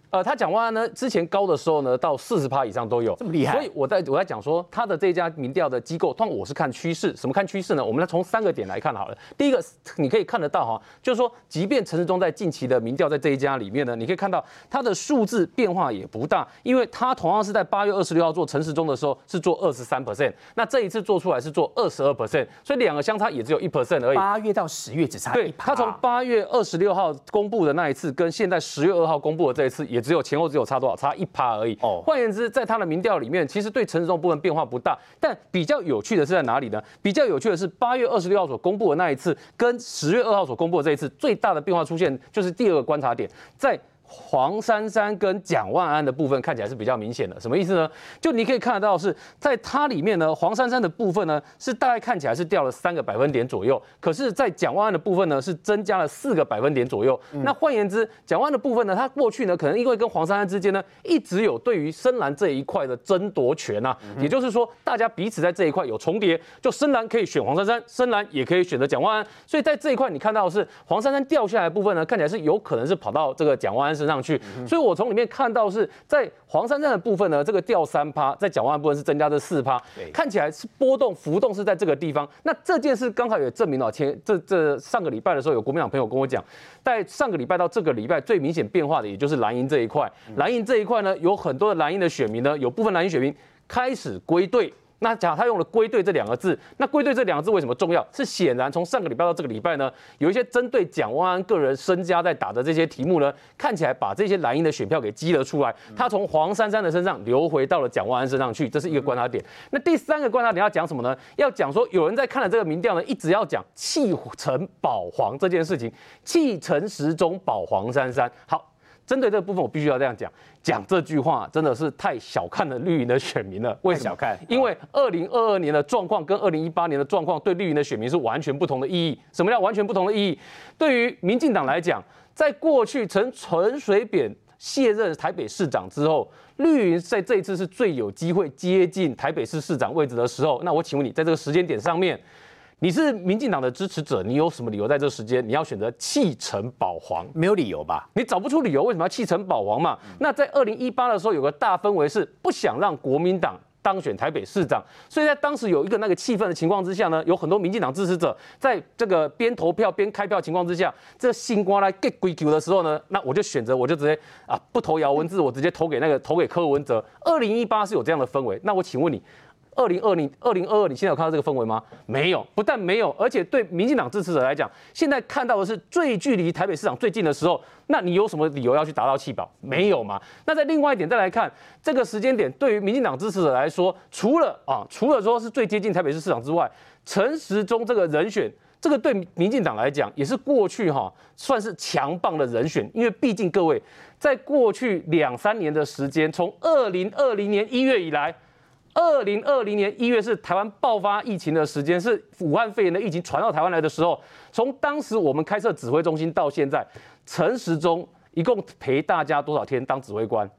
他蒋万安呢，之前高的时候呢，到40%以上都有， 这么厉害。 所以我在讲说，他的这家民调的机构，通常我是看趋势。什么看趋势呢？我们来从3个点来看好了。第一个，你可以看得到哈，就是说，即便陈时中在近期的民调在这一家里面呢，你可以看到他的数字变化也不大，因为他同样是在8月26号做陈时中的时候是做23%，那这一次做出来是做22%，所以2个相差也只有1% 而已。 8月到10月只差1%。 对，他从8月26号公布的那一次，跟现在10月2号公布的这一次，也只有前后只有差多少？差1%而已。换言之，在他的民调里面，其实对陈时中部分变化不大。但比较有趣的是在哪里呢？比较有趣的是8月26号所公布的那一次，跟10月2号所公布的这一次，最大的变化出现就是第2个观察点，在黄珊珊跟蒋万安的部分看起来是比较明显的，什么意思呢？就你可以看得到是在它里面呢，黄珊珊的部分呢是大概看起来是掉了3个百分点左右，可是，在蒋万安的部分呢是增加了4个百分点左右。那换言之，蒋万安的部分呢，他过去呢可能因为跟黄珊珊之间呢一直有对于深蓝这一块的争夺权啊，也就是说大家彼此在这一块有重叠，就深蓝可以选黄珊珊，深蓝也可以选择蒋万安，所以在这一块你看到的是黄珊珊掉下来的部分呢，看起来是有可能是跑到这个蒋万安身上去，所以我从里面看到是在黄珊珊的部分呢，这个掉3%，在蒋万安部分是增加这4%，看起来是波动浮动是在这个地方。那这件事刚好也证明了，这上个礼拜的时候，有国民党朋友跟我讲，在上个礼拜到这个礼拜最明显变化的，也就是蓝营这一块。蓝营这一块呢，有很多的蓝营的选民呢，有部分蓝营选民开始归队。那假如他用了归队这2个字，那归队这2个字为什么重要？是显然从上个礼拜到这个礼拜呢，有一些针对蒋万安个人身家在打的这些题目呢，看起来把这些蓝营的选票给激了出来，他从黄珊珊的身上流回到了蒋万安身上去，这是一个观察点。那第3个观察点要讲什么呢？要讲说有人在看了这个民调呢，一直要讲弃陈保黄这件事情，弃陈时中保黄珊珊。好。针对这个部分，我必须要这样讲这句话真的是太小看了绿营的选民了。为什么？因为2022年的状况跟2018年的状况对绿营的选民是完全不同的意义。什么叫完全不同的意义？对于民进党来讲，在过去陈水扁卸任台北市长之后，绿营在这一次是最有机会接近台北市市长位置的时候。那我请问你，在这个时间点上面，你是民进党的支持者，你有什么理由在这时间你要选择弃陈保黄？ 没有理由吧？ 你找不出理由，为什么要弃陈保黄嘛？那在2018的时候，有个大氛围是不想让国民党当选台北市长，所以在当时有一个那个气氛的情况之下呢，有很多民进党支持者在这个边投票边开票情况之下，这新瓜来 get 归球的时候呢，那我就直接不投姚文智，我直接投给柯文哲。2018是有这样的氛围，那我请问你。2022，你现在有看到这个氛围吗？没有，不但没有，而且对民进党支持者来讲，现在看到的是最距离台北市长最近的时候，那你有什么理由要去达到弃保？没有嘛？那在另外一点再来看，这个时间点对于民进党支持者来说，除了说是最接近台北市市长之外，陈时中这个人选。这个对民进党来讲也是过去算是强棒的人选，因为毕竟各位在过去2-3年的时间，从2020年1月以来。2020年1月是台湾爆发疫情的时间，是武汉肺炎的疫情传到台湾来的时候。从当时我们开设指挥中心到现在，陈时中一共陪大家多少天当指挥官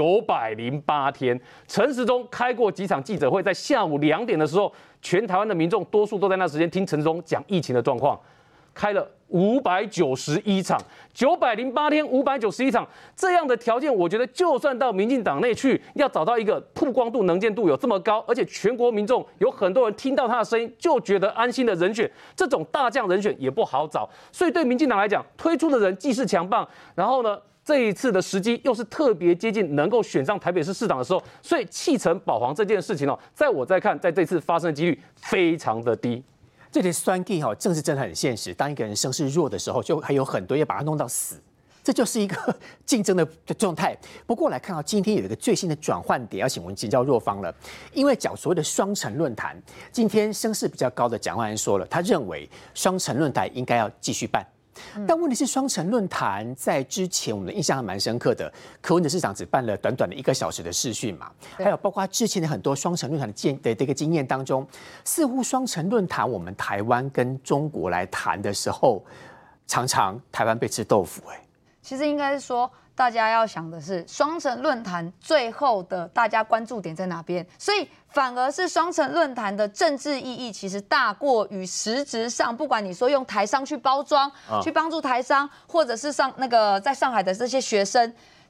？908天。陈时中开过几场记者会，在下午2点的时候，全台湾的民众多数都在那时间听陈时中讲疫情的状况。开了591场，908天591场，这样的条件，我觉得就算到民进党内去，要找到一个曝光度、能见度有这么高，而且全国民众有很多人听到他的声音就觉得安心的人选，这种大将人选也不好找。所以对民进党来讲，推出的人既是强棒，然后呢，这一次的时机又是特别接近能够选上台北市市长的时候，所以弃陈保黄这件事情在我在看，在这次发生的几率非常的低。 这里酸 G 政治真的很现实。当一个人声势弱的时候，就还有很多要把他弄到死，这就是一个竞争的状态。不过来看到今天有一个最新的转换点，要请我们请教若芳了。因为讲所谓的双城论坛，今天声势比较高的蒋万安说了，他认为双城论坛应该要继续办。但问题是，双城论坛在之前我们的印象还蛮深刻的，柯文哲市长只办了短短的1个小时的视讯嘛，还有包括之前的很多双城论坛的这个经验当中，似乎双城论坛我们台湾跟中国来谈的时候，常常台湾被吃豆腐。 其实应该是说，大家要想的是双城论坛最后的大家关注点在哪边，所以反而是双城论坛的政治意义其实大过于实质上，不管你说用台商去包装，去帮助台商，或者是在上海的这些学生，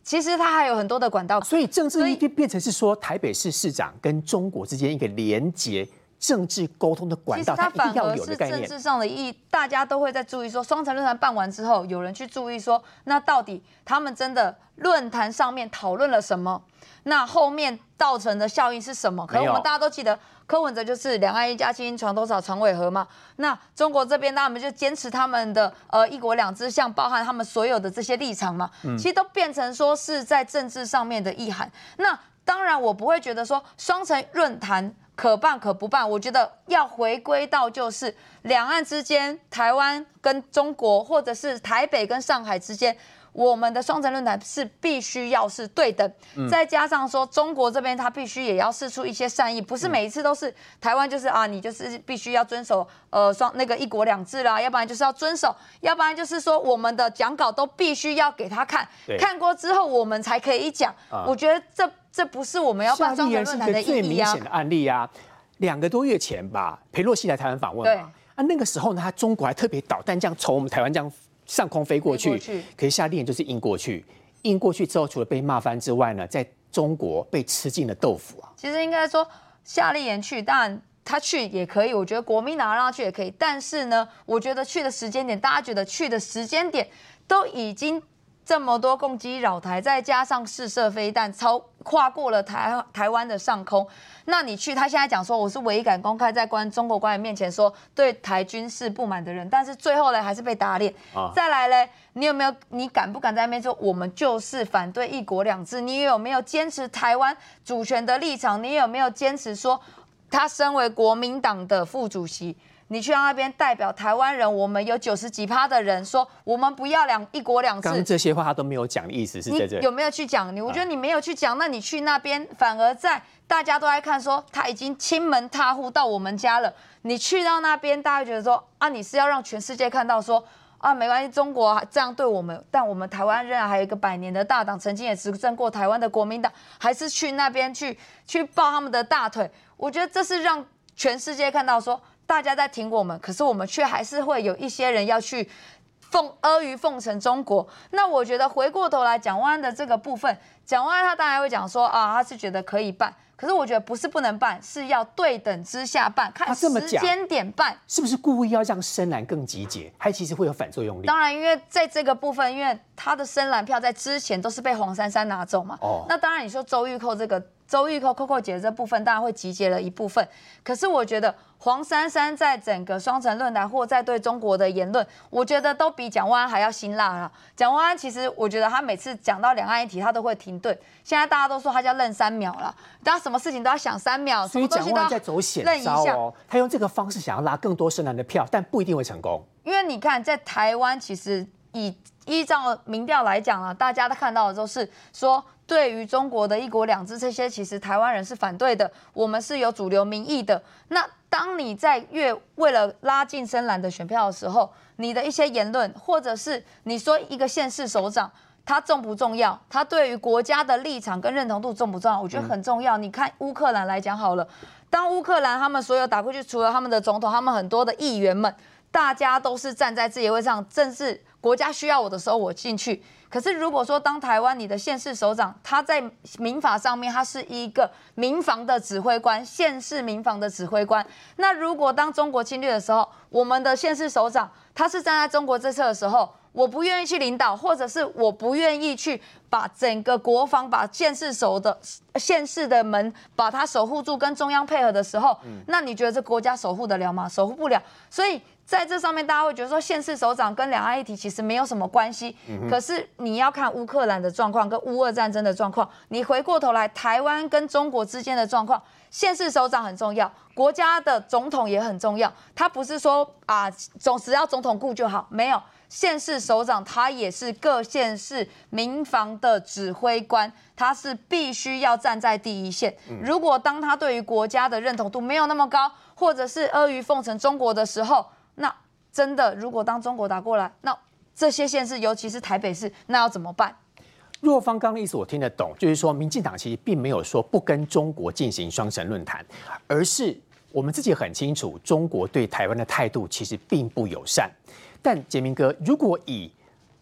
其实它还有很多的管道。 所以政治变成是说，台北市市长跟中国之间一个连结。政治沟通的管道，它一定要有的概念。 政治上的意义，大家都会在注意说，双城论坛办完之后，有人去注意说，那到底他们真的论坛上面讨论了什么？那后面造成的效应是什么？可能我们大家都记得，柯文哲就是两岸一家亲，床头吵，床尾和嘛。那中国这边，他们就坚持他们的一国两制，像包含他们所有的这些立场嘛，其实都变成说是在政治上面的意涵。那当然，我不会觉得说双城论坛可办可不办，我觉得要回归到就是两岸之间，台湾跟中国，或者是台北跟上海之间，我们的双城论坛是必须要是对等，再加上说中国这边它必须也要释出一些善意，不是每一次都是台湾就是你就是必须要遵守那个一国两制啦，要不然就是要遵守，要不然就是说我们的讲稿都必须要给他看，看过之后我们才可以讲。我觉得这不是我们要办双城论坛的意义啊。 最明显的案例啊，2个多月前吧，裴洛西来台湾访问嘛，那个时候呢，他中国还特别导弹这样从我们台湾这样上空飞过去，可是夏立言就是印过去之后，除了被骂翻之外呢，在中国被吃尽了豆腐啊。 其实应该说夏立言去，当然他去也可以，我觉得国民党让他去也可以，但是呢，我觉得去的时间点，大家觉得去的时间点都已经这么多攻击扰台，再加上试射飞弹跨过了台湾的上空，那你去，他现在讲说我是唯一敢公开在中国官员面前说对台军事不满的人，但是最后呢还是被打脸。再来嘞，你敢不敢在那边说我们就是反对一国两制？你有没有坚持台湾主权的立场？你有没有坚持说他身为国民党的副主席？你去到那边代表台湾人，我们有90几%的人说我们不要一国两制。 刚这些话他都没有讲的意思是在这里。 你有没有去讲？我觉得你没有去讲，那你去那边反而在大家都在看说他已经亲门踏户到我们家了。你去到那边，大家觉得说你是要让全世界看到说没关系，中国这样对我们，但我们台湾仍然还有一个100年的大党，曾经也执政过台湾的国民党，还是去那边去抱他们的大腿。我觉得这是让全世界看到说。大家在挺我们，可是我们却还是会有一些人要去阿谀奉承中国。那我觉得回过头来，蒋万安的这个部分，蒋万安他当然会讲说他是觉得可以办，可是我觉得不是不能办，是要对等之下办，看时间点办。 是不是故意要让深蓝更集结，还其实会有反作用力？ 当然，因为在这个部分，因为他的深蓝票在之前都是被黄珊珊拿走嘛。那当然你说周玉蔻 Coco 姐这部分当然会集结了一部分，可是我觉得黄珊珊在整个双城论坛或在对中国的言论，我觉得都比蒋万安还要辛辣了。蒋万安其实我觉得他每次讲到两岸议题，他都会停顿。现在大家都说他叫愣3秒了，大家什么事情都要想3秒， 所以蒋万安在走险招哦，他用这个方式想要拉更多深蓝的票，但不一定会成功。 因为你看，在台湾其实依照民调来讲啊，大家都看到的都是说。对于中国的一国两制这些，其实台湾人是反对的，我们是有主流民意的。那当你在为了拉近深蓝的选票的时候，你的一些言论，或者是你说一个县市首长，他重不重要？他对于国家的立场跟认同度重不重要？我觉得很重要。你看乌克兰来讲好了，当乌克兰他们所有打过去，除了他们的总统，他们很多的议员们，大家都是站在自己的位置上，正是国家需要我的时候我进去。可是如果说当台湾你的县市首长，他在民法上面他是一个民防的指挥官，县市民防的指挥官，那如果当中国侵略的时候，我们的县市首长他是站在中国这侧的时候，我不愿意去领导，或者是我不愿意去把整个国防、把县市的门把它守护住，跟中央配合的时候，那你觉得这国家守护得了吗？守护不了。所以在这上面，大家会觉得说县市首长跟两岸议题其实没有什么关系。可是你要看乌克兰的状况跟乌俄战争的状况，你回过头来台湾跟中国之间的状况，县市首长很重要，国家的总统也很重要。他不是说只要总统顾就好，没有。县市首长他也是各县市民防的指挥官，他是必须要站在第一线。如果当他对于国家的认同度没有那么高，或者是阿谀奉承中国的时候，那真的如果当中国打过来，那这些县市，尤其是台北市，那要怎么办？ 若方刚的意思我听得懂，就是说民进党其实并没有说不跟中国进行双城论坛，而是我们自己很清楚，中国对台湾的态度其实并不友善。但杰明哥，如果以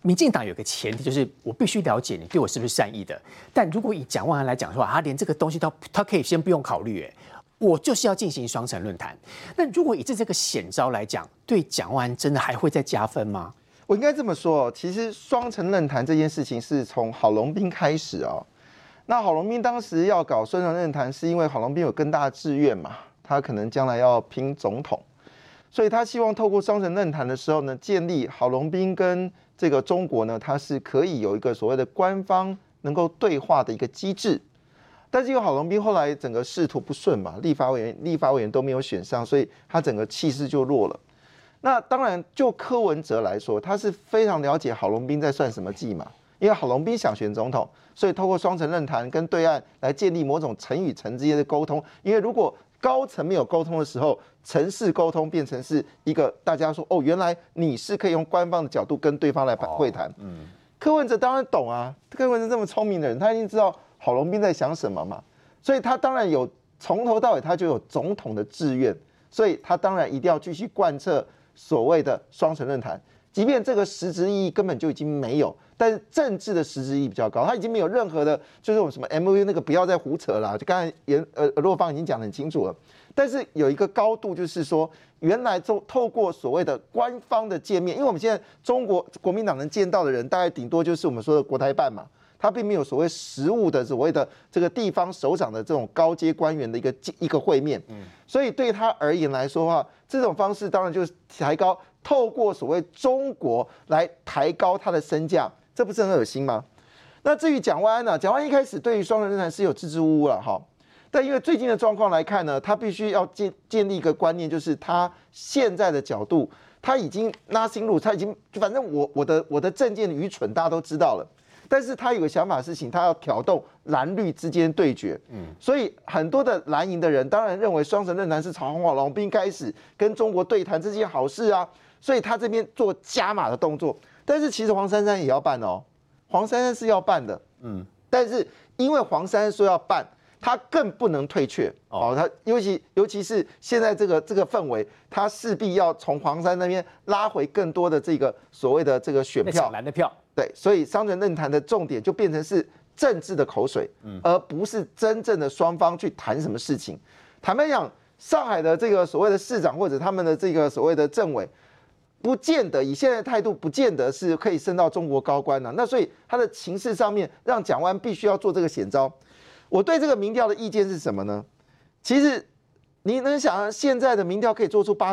民进党有个前提，就是我必须了解你对我是不是善意的。但如果以蒋万安来讲的话，他连这个东西他可以先不用考虑，我就是要进行双城论坛。那如果以这个险招来讲，对蒋万安真的还会再加分吗？ 我应该这么说，其实双城论坛这件事情是从郝龙斌开始哦。那郝龙斌当时要搞双城论坛，是因为郝龙斌有更大的志愿嘛，他可能将来要拼总统，所以他希望透过双城论坛的时候呢，建立郝龙斌跟这个中国呢，它是可以有一个所谓的官方能够对话的一个机制。但是因为郝龙斌后来整个仕途不顺嘛，立法委员都没有选上，所以他整个气势就弱了。那当然，就柯文哲来说，他是非常了解郝龙斌在算什么计嘛，因为郝龙斌想选总统，所以透过双城论坛跟对岸来建立某种层与层之间的沟通。因为如果高层没有沟通的时候，层式沟通变成是一个大家说哦，原来你是可以用官方的角度跟对方来会谈。柯文哲当然懂啊，柯文哲这么聪明的人，他一定知道郝龙斌在想什么嘛，所以他当然有从头到尾他就有总统的志愿，所以他当然一定要继续贯彻所谓的双城论坛，即便这个实质意义根本就已经没有，但是政治的实质意义比较高，他已经没有任何的，就是我们什么 MOU 那个不要再胡扯了，就刚才若芳已经讲得很清楚了。但是有一个高度，就是说，原来透过所谓的官方的见面，因为我们现在中国国民党能见到的人，大概顶多就是我们说的国台办嘛，他并没有所谓实务的所谓的这个地方首长的这种高阶官员的一个会面，所以对他而言来说的话，这种方式当然就是抬高，透过所谓中国来抬高他的身价，这不是很恶心吗？那至于蒋万安呢？蒋万安一开始对于双城论坛是有支支吾吾了哈。但因为最近的状况来看呢，他必须要建立一个观念，就是他现在的角度，他已经拉新路，他已经反正我的政见愚蠢，大家都知道了。但是他有个想法的事情，他要挑动蓝绿之间对决。所以很多的蓝营的人当然认为双城论坛是从郝龙斌开始跟中国对谈这件好事啊，所以他这边做加码的动作。但是其实黄珊珊也要办哦，黄珊珊是要办的，但是因为黄珊珊说要办。他更不能退却哦，他尤其是现在这个氛围，他势必要从黄珊那边拉回更多的这个所谓的这个选票， 蓝的票， 对，所以双城论坛的重点就变成是政治的口水，而不是真正的双方去谈什么事情。坦白讲，上海的这个所谓的市长或者他们的这个所谓的政委，不见得以现在的态度，不见得是可以升到中国高官的。那所以他的情势上面，让蒋万安必须要做这个险招。我对这个民调的意见是什么呢？其实你能想象现在的民调可以做出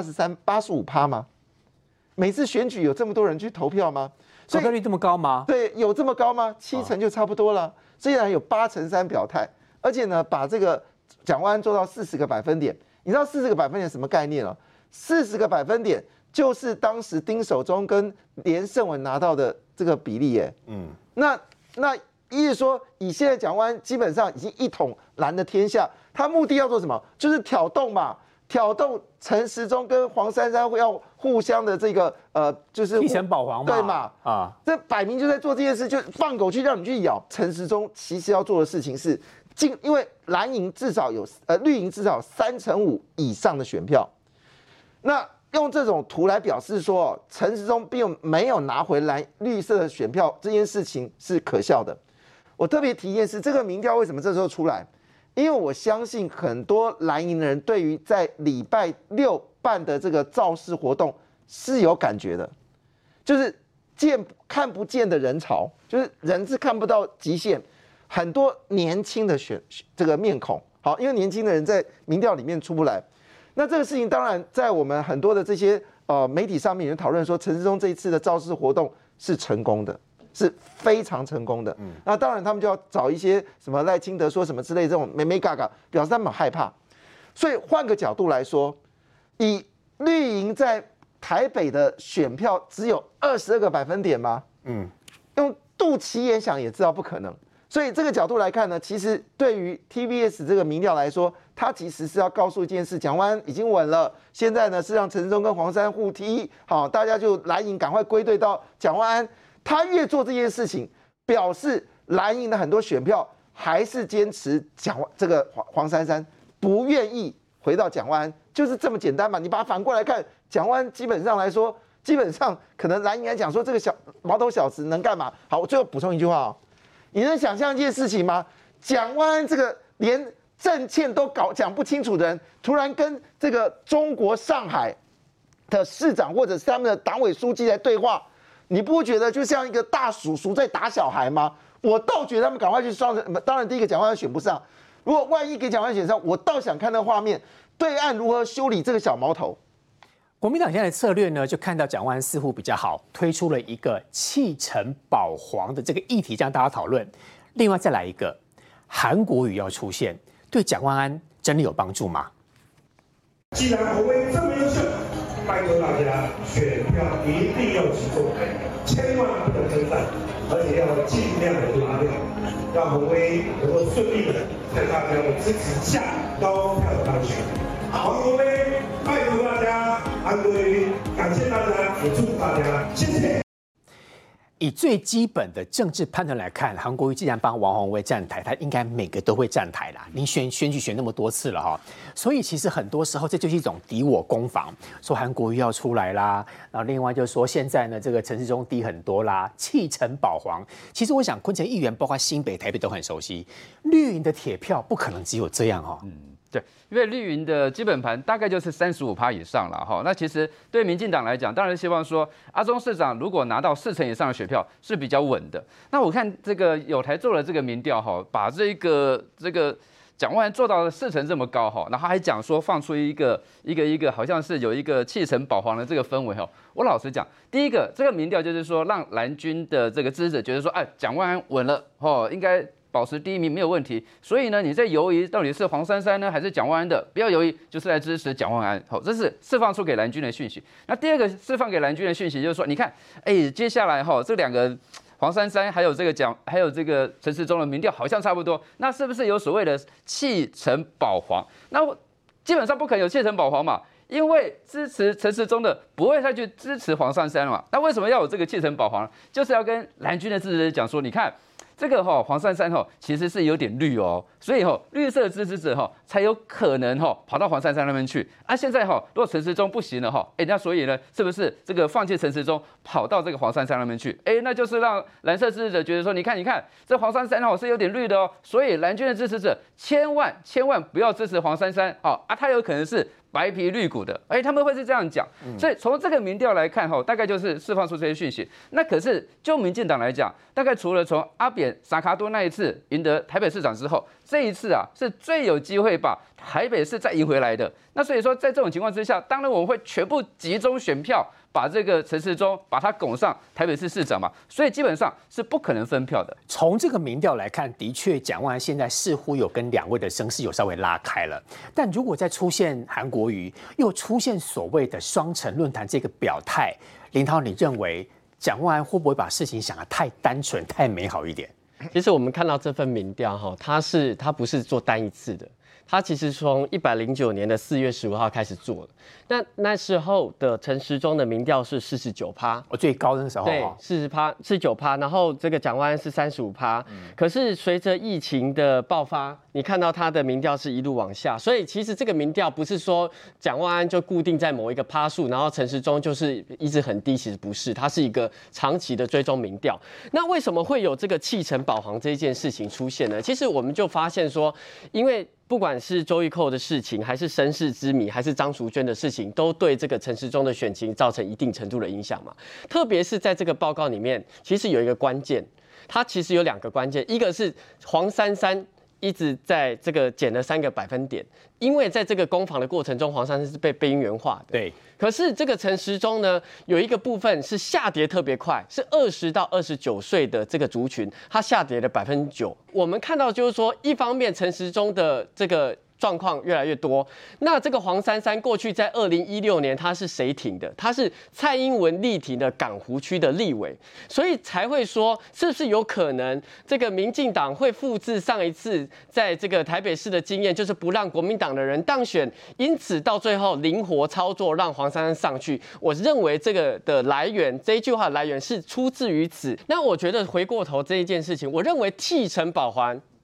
85%吗？每次选举有这么多人去投票吗？ 投票率这么高吗？ 对，有这么高吗？7成就差不多了。虽然有8成3表态，而且呢，把这个蒋万安做到40个百分点。你知道40个百分点什么概念了？40个百分点就是当时丁守中跟连胜文拿到的这个比例耶。那意思说，以现在蒋万安基本上已经一统蓝的天下，他目的要做什么？就是挑动嘛，挑动陈时中跟黄珊珊会要互相的这个就是替陈保皇嘛， 对嘛？啊，这摆明就在做这件事，就放狗去让你去咬。陈时中其实要做的事情是因为蓝营至少有绿营至少5%以上的选票，那用这种图来表示说，陈时中并没有拿回绿色的选票，这件事情是可笑的。我特别提一件事，这个民调为什么这时候出来？因为我相信很多蓝营的人对于在礼拜6办的这个造势活动是有感觉的，就是看不见的人潮，就是人是看不到极限，很多年轻的这个面孔，好，因为年轻的人在民调里面出不来。那这个事情当然在我们很多的这些媒体上面有讨论说，陈时中这一次的造势活动是成功的。是非常成功的，那当然他们就要找一些什么赖清德说什么之类这种眉眉嘎嘎，表示他们很害怕。所以换个角度来说，以绿营在台北的选票只有22个百分点吗？用肚脐眼想也知道不可能。所以这个角度来看呢，其实对于 TVS 这个民调来说，它其实是要告诉一件事：蒋万安已经稳了，现在呢是让陈时中跟黄珊互踢，好，大家就蓝营赶快归队到蒋万安。他越做这件事情，表示蓝营的很多选票还是坚持这个黄珊珊，不愿意回到蒋万安，就是这么简单嘛。你把它反过来看，蒋万安基本上来说， 基本上可能蓝营来讲说这个毛头小子能干嘛？好，我最后补充一句话哦，你能想象一件事情吗？蒋万安这个连政见都讲不清楚的人，突然跟这个中国上海的市长或者是他们的党委书记来对话，你不觉得就像一个大叔叔在打小孩吗？我倒觉得他们赶快去双城，当然第一个蒋万安选不上，如果万一给蒋万安选上，我倒想看那画面，对岸如何修理这个小毛头。 国民党现在的策略呢，就看到蒋万安似乎比较好，推出了一个弃城保皇的这个议题，让大家讨论。另外再来一个，韩国瑜要出现，对蒋万安真的有帮助吗？ 既然侯威这么优秀，拜托大家选票一定要集中，千万不能分散，而且要尽量的拉票，让侯威能够顺利的在大家的支持下高票当选。黄侯威，拜托大家，韩国瑜，感谢大家，也祝福大家，谢谢。 以最基本的政治判断来看，韩国瑜既然帮王宏威站台，他应该每个都会站台啦。您选举选那么多次了哈，所以其实很多时候这就是一种敌我攻防，说韩国瑜要出来啦，然后另外就是说现在呢这个陈时中低很多啦，弃城保皇。其实我想昆城议员包括新北、台北都很熟悉，绿营的铁票不可能只有这样哈。 对，因为绿营的基本盘大概就是35%以上了哈。那其实对民进党来讲，当然希望说阿中市长如果拿到4成以上的选票是比较稳的。那我看这个友台做了这个民调哈，把这个蒋万安做到了4成这么高哈，然后还讲说放出一个好像是有一个弃城保皇的这个氛围哈。我老实讲，第一个这个民调就是说让蓝军的这个支持者觉得说，哎，蒋万安稳了哈，应该保持第一名没有问题，所以呢，你在犹豫到底是黄珊珊呢还是蒋万安的，不要犹豫，就是来支持蒋万安。好，这是释放出给蓝军的讯息。那第二个释放给蓝军的讯息就是说，你看，接下来这两个黄珊珊还有这个陈时中的民调好像差不多，那是不是有所谓的弃城保皇？那基本上不可能有弃城保皇嘛。因为支持陈时中的不会再去支持黄珊珊嘛，那为什么要有这个弃城保皇？就是要跟蓝军的支持者讲说，你看这个黄珊珊其实是有点绿哦，所以绿色的支持者才有可能跑到黄珊珊那边去啊。现在如果陈时中不行了那所以呢，是不是这个放弃陈时中跑到这个黄珊珊那边去？那就是让蓝色支持者觉得说，你看这黄珊珊是有点绿的哦，所以蓝军的支持者千万不要支持黄珊珊他有可能是白皮绿骨的，他们会是这样讲，所以从这个民调来看大概就是释放出这些讯息。那可是就民进党来讲，大概除了从阿扁萨卡多那一次赢得台北市长之后，这一次是最有机会把台北市再赢回来的。那所以说，在这种情况之下，当然我们会全部集中选票，把这个陈时中把他拱上台北市市长嘛，所以基本上是不可能分票的。 从这个民调来看，的确蒋万安现在似乎有跟2位的声势有稍微拉开了，但如果再出现韩国瑜，又出现所谓的双城论坛这个表态，林涛，你认为蒋万安会不会把事情想得太单纯、太美好一点？ 其实我们看到这份民调它不是做单一次的。他其实从109年的4月15号开始做的，那时候的陈时中的民调是49%， 最高的时候对49%，然后这个蒋万安是35%，可是随着疫情的爆发，你看到他的民调是一路往下，所以其实这个民调不是说蒋万安就固定在某一个趴数，然后陈时中就是一直很低，其实不是，它是一个长期的追踪民调。那为什么会有这个弃城保皇这一件事情出现呢？其实我们就发现说，因为不管是周玉蔻的事情，还是身世之谜，还是张淑娟的事情，都对这个陈时中的选情造成一定程度的影响嘛。特别是在这个报告里面，其实有一个关键，它其实有2个关键，一个是黄珊珊一直在这个减了3个百分点，因为在这个攻防的过程中，黄珊珊是被边缘化的。 对。 可是这个陈时中呢，有一个部分是下跌特别快，是20到29岁的这个族群，它下跌了9%。我们看到就是说，一方面陈时中的这个状况越来越多。那这个黄珊珊过去在2016年他是谁挺的？他是蔡英文力挺的港湖区的立委，所以才会说是不是有可能这个民进党会复制上一次在这个台北市的经验，就是不让国民党的人当选，因此到最后灵活操作让黄珊珊上去。我认为这个的来源，这一句话的来源是出自于此。那我觉得回过头这一件事情，我认为弃城保皇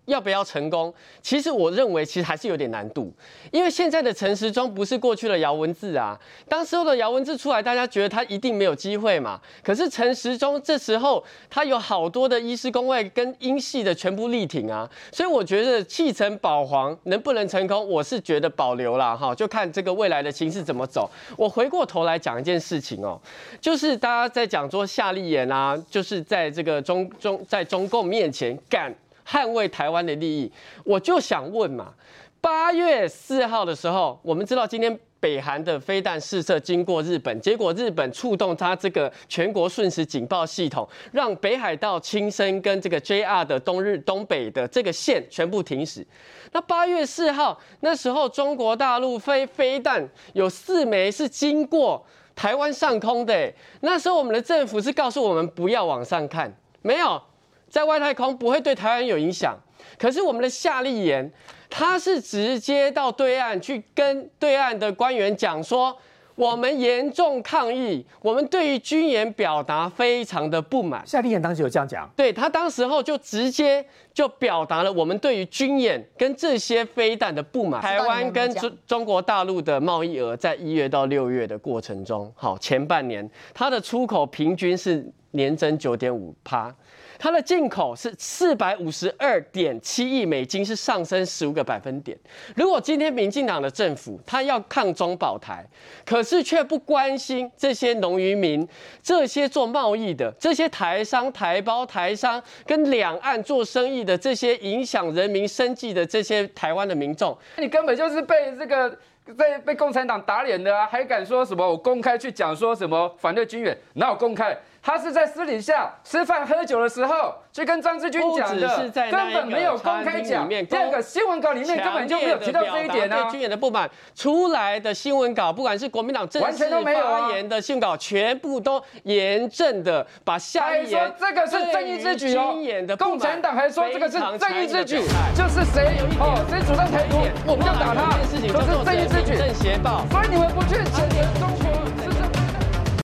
要不要成功？其实我认为其实还是有点难度，因为现在的陈时中不是过去的姚文智啊，当时候的姚文智出来，大家觉得他一定没有机会嘛。可是陈时中这时候他有好多的医师公会跟英系的全部力挺啊，所以我觉得弃城保皇能不能成功，我是觉得保留啦哈，就看这个未来的情势怎么走。我回过头来讲一件事情哦，就是大家在讲说夏立言啊，就是在这个在中共面前敢捍卫台湾的利益，我就想问嘛，8月4号的时候，我们知道今天北韩的飞弹试射经过日本，结果日本触动它这个全国瞬时警报系统，让北海道、青森跟这个 JR 的东北的这个线全部停驶。那8月4号那时候，中国大陆飞弹有4枚是经过台湾上空的，那时候我们的政府是告诉我们不要往上看，没有。在外太空不会对台湾有影响，可是我们的夏立言，他是直接到对岸去跟对岸的官员讲说，我们严重抗议，我们对于军演表达非常的不满。 夏立言当时有这样讲， 对他当时候就直接就表达了我们对于军演跟这些飞弹的不满。台湾跟中国大陆的贸易额在1月到6月的过程中，好，前半年它的出口平均是年增9.5%。它的进口是452.7亿美金，是上升15个百分点。如果今天民进党的政府他要抗中保台，可是却不关心这些农渔民、这些做贸易的、这些台商、台胞、台商跟两岸做生意的这些影响人民生计的这些台湾的民众， 你根本就是被这个。被共产党打脸的啊，还敢说什么？我公开去讲说什么反对军演，哪有公开？他是在私底下吃饭喝酒的时候去跟张志军讲的，根本没有公开讲。第二个新闻稿里面根本就没有提到这一点啊。 对军演的不满出来的新闻稿，不管是国民党正式发言的新闻稿，全部都严正的把夏立言说这个是正义之举哦。共产党还说这个是正义之举，就是谁主张台独，我们就打他，都是正义之举。 正邪报， 所以你们不去谴责。